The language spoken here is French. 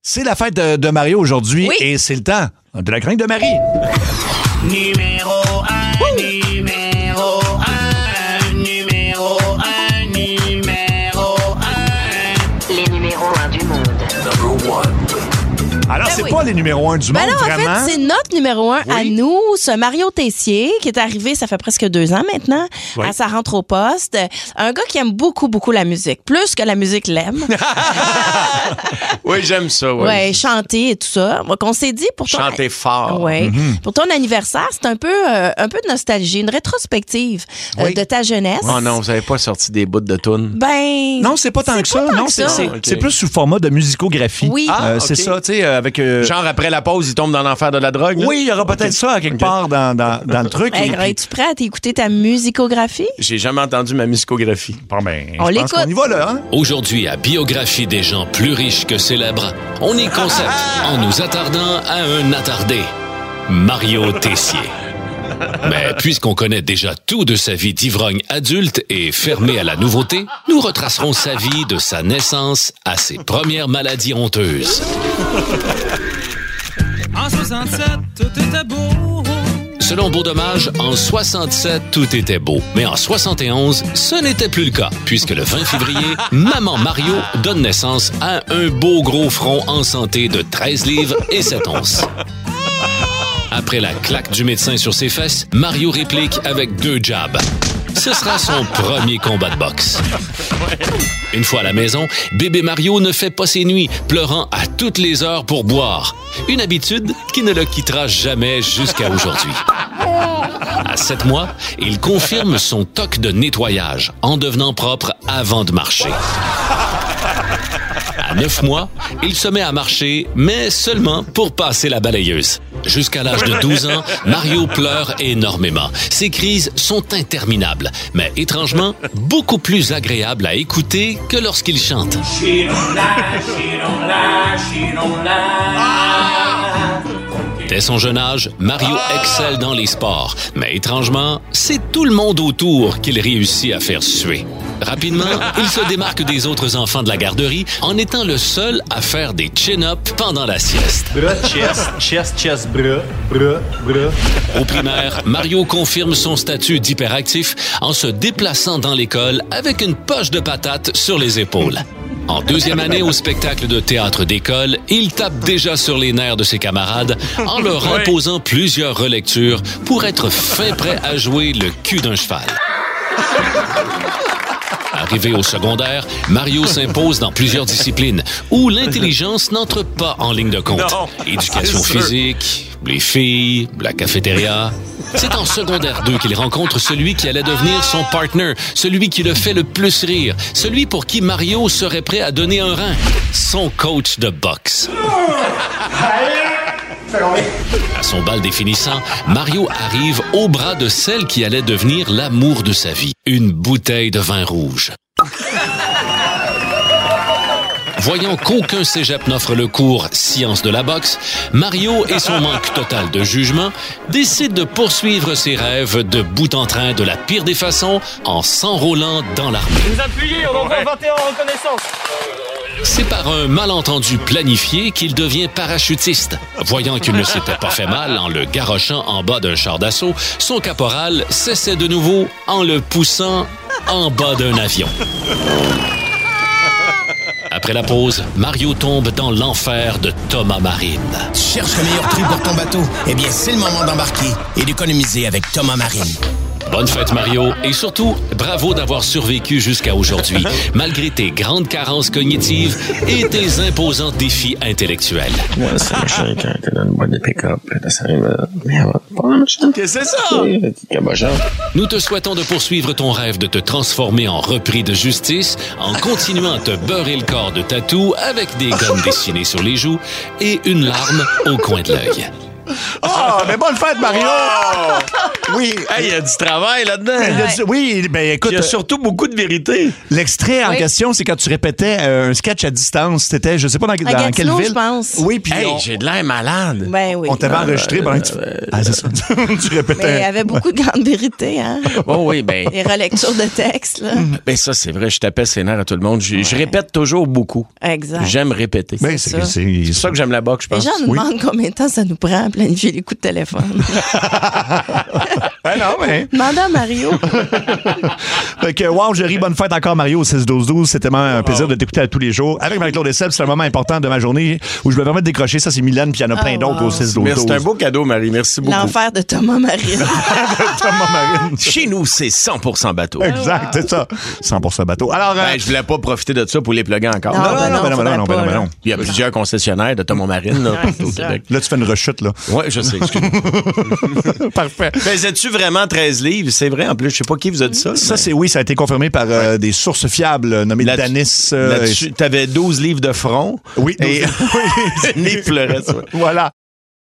C'est la fête de Mario aujourd'hui Oui. et c'est le temps de la chronique de Marie. Numéro 1, numéro 1, numéro 1, numéro 1. Les numéros 1 du monde. Alors, Ben c'est oui. pas les numéros 1 du monde, Ben non, vraiment. en fait, c'est notre numéro 1 à nous, ce Mario Tessier, qui est arrivé, ça fait presque 2 ans maintenant, Oui. à sa rentre au poste. Un gars qui aime beaucoup, beaucoup la musique, plus que la musique l'aime. Oui, j'aime ça. Oui. Ouais, chanter et tout ça. Donc, on s'est dit pour ton... Chanter fort. Ouais. Pour ton anniversaire, c'est un peu de nostalgie, une rétrospective Oui. de ta jeunesse. Oh non, vous avez pas sorti des bouts de tunes? Ben... Non, c'est pas tant que ça. pas tant Non, que c'est, ça. c'est- Ok. c'est plus sous format de musicographie. Oui. Ah, C'est ok. ça, tu sais, avec... Genre après la pause, il tombe dans l'enfer de la drogue? là? Oui, il y aura peut-être ça à quelque part dans le truc. Hey, Et puis- es-tu prêt à t'écouter ta musicographie? J'ai jamais entendu ma musicographie. Bon, ben, On je pense l'écoute. qu'on y va, là. Hein? Aujourd'hui, à Biographie des gens plus riches que célèbres, on y concept en nous attardant à un attardé, Mario Tessier. Mais puisqu'on connaît déjà tout de sa vie d'ivrogne adulte et fermé à la nouveauté, nous retracerons sa vie de sa naissance à ses premières maladies honteuses. En 67, tout était beau. Selon Beaudommage, en 67, tout était beau. Mais en 71, ce n'était plus le cas, puisque le 20 février, Maman Mario donne naissance à un beau gros front en santé de 13 livres et 7 onces. Après la claque du médecin sur ses fesses, Mario réplique avec 2 jabs. Ce sera son premier combat de boxe. Une fois à la maison, bébé Mario ne fait pas ses nuits, pleurant à toutes les heures pour boire. Une habitude qui ne le quittera jamais jusqu'à aujourd'hui. À 7 mois, il confirme son toc de nettoyage en devenant propre avant de marcher. À 9 mois, il se met à marcher, mais seulement pour passer la balayeuse. Jusqu'à l'âge de 12 ans, Mario pleure énormément. Ses crises sont interminables, mais étrangement, beaucoup plus agréables à écouter que lorsqu'il chante. She don't lie, she don't lie, she don't lie. Dès son jeune âge, Mario excelle dans les sports, mais étrangement, c'est tout le monde autour qu'il réussit à faire suer. Rapidement, il se démarque des autres enfants de la garderie en étant le seul à faire des chin-ups pendant la sieste. Bras, chest, bras. Au primaire, Mario confirme son statut d'hyperactif en se déplaçant dans l'école avec une poche de patates sur les épaules. En 2e année au spectacle de théâtre d'école, il tape déjà sur les nerfs de ses camarades en leur imposant plusieurs relectures pour être fin prêt à jouer le cul d'un cheval. Arrivé au secondaire, Mario s'impose dans plusieurs disciplines où l'intelligence n'entre pas en ligne de compte. Non, Éducation c'est sûr. physique, les filles, la cafétéria. C'est en secondaire 2 qu'il rencontre celui qui allait devenir son partner, celui qui le fait le plus rire, celui pour qui Mario serait prêt à donner un rein, son coach de boxe. À son bal définissant, Mario arrive au bras de celle qui allait devenir l'amour de sa vie, une bouteille de vin rouge. Voyant qu'aucun cégep n'offre le cours Sciences de la boxe, Mario et son manque total de jugement décident de poursuivre ses rêves de bout en train de la pire des façons en s'enrôlant dans l'armée. Vous appuyez, on envoie 21 en reconnaissance. C'est par un malentendu planifié qu'il devient parachutiste. Voyant qu'il ne s'était pas fait mal en le garochant en bas d'un char d'assaut, son caporal s'essaie de nouveau en le poussant en bas d'un avion. Après la pause, Mario tombe dans l'enfer de Thomas Marine. Tu cherches le meilleur prix pour ton bateau? Eh bien, c'est le moment d'embarquer et d'économiser avec Thomas Marine. Bonne fête, Mario, et surtout, bravo d'avoir survécu jusqu'à aujourd'hui, malgré tes grandes carences cognitives et tes imposants défis intellectuels. Moi, c'est un chien qui était dans une boîte de pick-up. Ça arrive. Pas un machin. Qu'est-ce que c'est ça? Petit cabochon. Nous te souhaitons de poursuivre ton rêve de te transformer en repris de justice en continuant à te beurrer le corps de tatou avec des gommes dessinées sur les joues et une larme au coin de l'œil. mais bonne fête, Mario! Oui. Hey, il y a du travail là-dedans. Oui, ben écoute, Il y a surtout beaucoup de vérité. l'extrait en question, c'est quand tu répétais un sketch à distance. C'était, je sais pas dans quelle Gatineau, ville. je pense. Oui, puis Hey, j'ai de l'air malade. Ben oui. on t'avait enregistré pendant que tu... Ah, c'est ça. Tu Mais il y répétais. avait beaucoup de grandes vérités, hein? Oh oui, ben, Les relectures de texte, là. ben ça, c'est vrai, je tapais ses nerfs à tout le monde. Je répète toujours beaucoup. Exact. J'aime répéter. Ben, c'est c'est ça. C'est pour ça que j'aime la boxe, je Les pense. gens nous demandent combien de temps ça nous prend à planifier les coups de téléphone. Ben non, mais... Demandez à Mario. Fait que, wow, Jerry, bonne fête encore, Mario, au 6-12-12. C'est tellement un plaisir de t'écouter à tous les jours. Avec Marie-Claude et Seb, c'est un moment important de ma journée où je me permets de décrocher. Ça, c'est Mylène, puis il y en a plein d'autres wow. au 6-12-12. Mais c'est un beau cadeau, Marie. Merci beaucoup. L'enfer de Thomas Marine. Thomas Marine. Chez nous, c'est 100% bateau. Exact, c'est ça. 100% bateau. Alors, Ben, je voulais pas profiter de ça pour les plugger encore. Non, ben non, faudrait pas, là. Il y a plusieurs concessionnaires de Thomas Marine là, Ouais, partout au c'est ça. Québec. là, tu fais une rechute, là. Oui, je sais, excuse-moi. Parfait. Faisais-tu vraiment 13 livres? C'est vrai, en plus, je sais pas qui vous a dit ça. Ça, oui, ça a été confirmé par des sources fiables nommées Là- Danis. Là-dessus, t'avais 12 livres de front. Oui, Et Nick pleurait, ça. Voilà.